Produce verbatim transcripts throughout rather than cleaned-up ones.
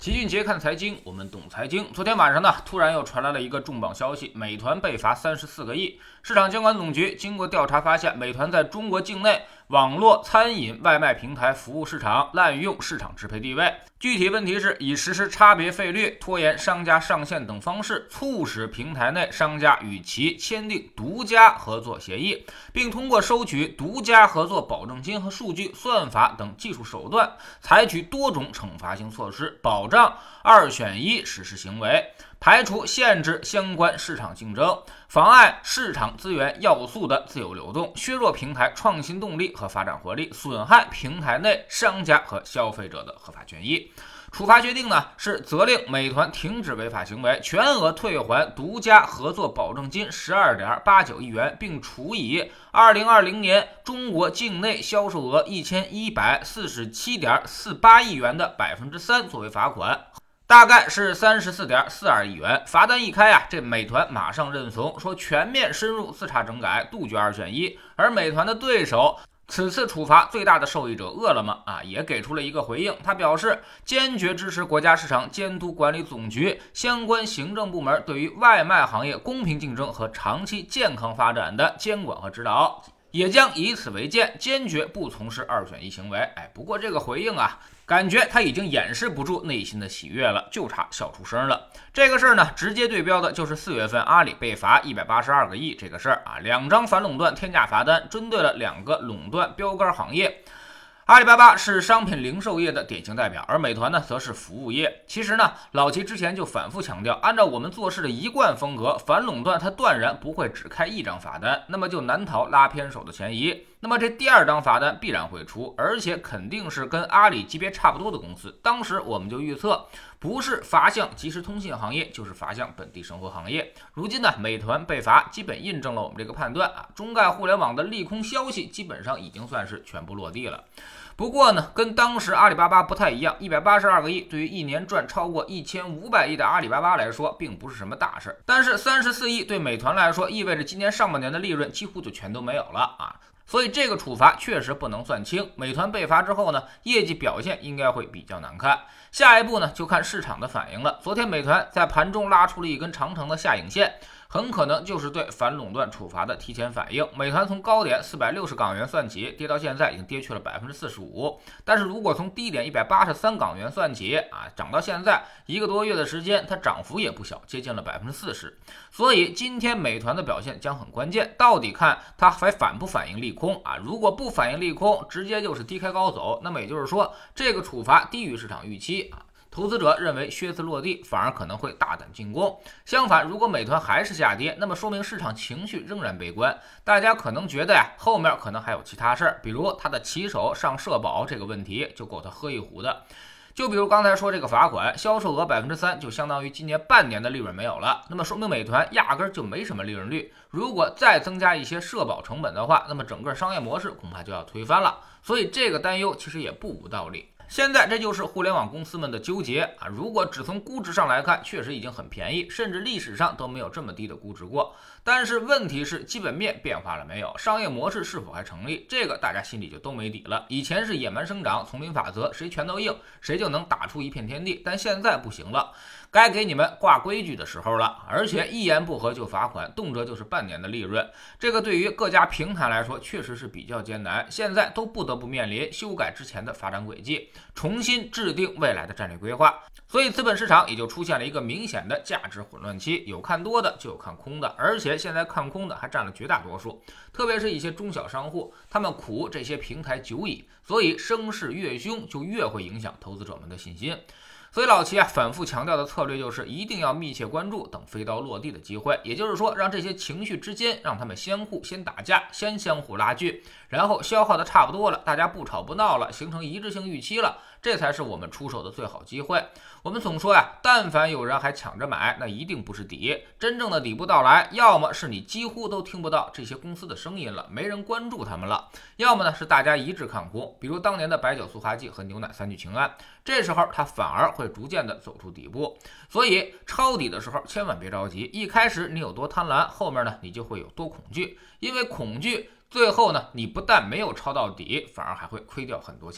齐俊杰看财经，我们懂财经。昨天晚上呢，突然又传来了一个重磅消息，美团被罚三十四个亿。市场监管总局经过调查发现，美团在中国境内网络餐饮外卖平台服务市场滥用市场支配地位。具体问题是以实施差别费率、拖延商家上线等方式，促使平台内商家与其签订独家合作协议，并通过收取独家合作保证金和数据、算法等技术手段，采取多种惩罚性措施，保障二选一实施行为，排除限制相关市场竞争，妨碍市场资源要素的自由流动，削弱平台创新动力和发展活力，损害平台内商家和消费者的合法权益。处罚决定呢是责令美团停止违法行为，全额退还独家合作保证金 十二点八九亿元，并处以二零二零年中国境内销售额一千一百四十七点四八亿元的 百分之三 作为罚款，大概是 三十四点四二亿元。罚单一开啊，这美团马上认怂，说全面深入自查整改，杜绝二选一。而美团的对手此次处罚最大的受益者饿了么啊，也给出了一个回应。他表示坚决支持国家市场监督管理总局相关行政部门对于外卖行业公平竞争和长期健康发展的监管和指导，也将以此为鉴，坚决不从事二选一行为。哎，不过这个回应啊，感觉他已经掩饰不住内心的喜悦了，就差笑出声了。这个事儿呢，直接对标的就是四月份阿里被罚一百八十二个亿这个事儿啊，两张反垄断天价罚单，针对了两个垄断标杆行业。阿里巴巴是商品零售业的典型代表，而美团呢则是服务业。其实呢，老齐之前就反复强调，按照我们做事的一贯风格，反垄断它断然不会只开一张罚单，那么就难逃拉偏手的嫌疑。那么这第二张罚单必然会出，而且肯定是跟阿里级别差不多的公司。当时我们就预测，不是罚向即时通信行业，就是罚向本地生活行业。如今呢，美团被罚，基本印证了我们这个判断啊。中概互联网的利空消息基本上已经算是全部落地了。不过呢，跟当时阿里巴巴不太一样，一百八十二个亿对于一年赚超过一千五百亿的阿里巴巴来说，并不是什么大事。但是三十四亿对美团来说，意味着今年上半年的利润几乎就全都没有了啊。所以这个处罚确实不能算轻。美团被罚之后呢，业绩表现应该会比较难看。下一步呢，就看市场的反应了。昨天美团在盘中拉出了一根长长的下影线，很可能就是对反垄断处罚的提前反应。美团从高点四百六十港元算起，跌到现在已经跌去了 百分之四十五。但是如果从低点一百八十三港元算起啊，涨到现在一个多月的时间，它涨幅也不小，接近了 百分之四十。所以今天美团的表现将很关键，到底看它还反不反应利空啊？如果不反应利空，直接就是低开高走，那么也就是说这个处罚低于市场预期啊。投资者认为靴子落地，反而可能会大胆进攻。相反，如果美团还是下跌，那么说明市场情绪仍然悲观，大家可能觉得呀，后面可能还有其他事儿，比如他的骑手上社保这个问题就够他喝一壶的。就比如刚才说这个罚款，销售额 百分之三 就相当于今年半年的利润没有了，那么说明美团压根就没什么利润率。如果再增加一些社保成本的话，那么整个商业模式恐怕就要推翻了。所以这个担忧其实也不无道理。现在这就是互联网公司们的纠结啊！如果只从估值上来看，确实已经很便宜，甚至历史上都没有这么低的估值过。但是问题是基本面变化了没有？商业模式是否还成立？这个大家心里就都没底了。以前是野蛮生长、丛林法则，谁拳头硬，谁就能打出一片天地。但现在不行了，该给你们挂规矩的时候了。而且一言不合就罚款，动辄就是半年的利润，这个对于各家平台来说确实是比较艰难。现在都不得不面临修改之前的发展轨迹，重新制定未来的战略规划。所以资本市场也就出现了一个明显的价值混乱期，有看多的就有看空的，而且现在看空的还占了绝大多数。特别是一些中小商户，他们苦这些平台久矣，所以声势越凶就越会影响投资者们的信心。所以老齐啊反复强调的策略就是一定要密切关注等飞刀落地的机会，也就是说让这些情绪之间让他们相互先打架，先相互拉锯，然后消耗的差不多了，大家不吵不闹了，形成一致性预期了，这才是我们出手的最好机会。我们总说呀，但凡有人还抢着买，那一定不是底，真正的底部到来，要么是你几乎都听不到这些公司的声音了，没人关注他们了，要么呢是大家一致看空，比如当年的白酒塑化剂和牛奶三聚氰胺，这时候它反而会逐渐的走出底部。所以抄底的时候千万别着急，一开始你有多贪婪，后面呢你就会有多恐惧，因为恐惧最后呢你不但没有抄到底，反而还会亏掉很多钱。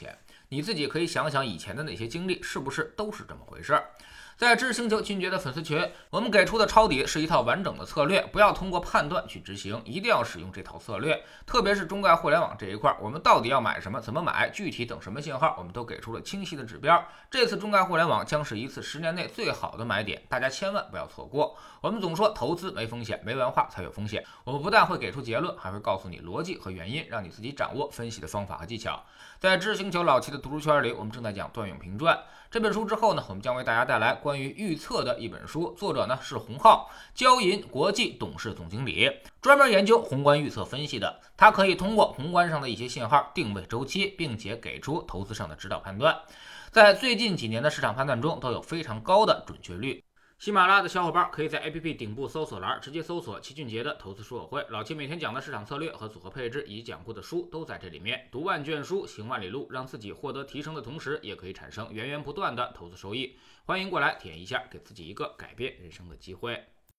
你自己可以想想以前的那些经历是不是都是这么回事儿。在知识星球俊杰的粉丝群，我们给出的抄底是一套完整的策略，不要通过判断去执行，一定要使用这套策略。特别是中概互联网这一块，我们到底要买什么，怎么买，具体等什么信号，我们都给出了清晰的指标。这次中概互联网将是一次十年内最好的买点，大家千万不要错过。我们总说投资没风险，没文化才有风险。我们不但会给出结论，还会告诉你逻辑和原因，让你自己掌握分析的方法和技巧。在知识星球老七的读书圈里，我们正在讲《段永平传》这本书之后呢，我们将为大家带来关于预测的一本书，作者呢是洪浩，交银国际董事总经理，专门研究宏观预测分析的。他可以通过宏观上的一些信号定位周期，并且给出投资上的指导判断，在最近几年的市场判断中都有非常高的准确率。喜马拉雅的小伙伴可以在 A P P 顶部搜索栏直接搜索齐俊杰的投资书友会，老齐每天讲的市场策略和组合配置以及讲过的书都在这里面。读万卷书，行万里路，让自己获得提升的同时，也可以产生源源不断的投资收益。欢迎过来体验一下，给自己一个改变人生的机会。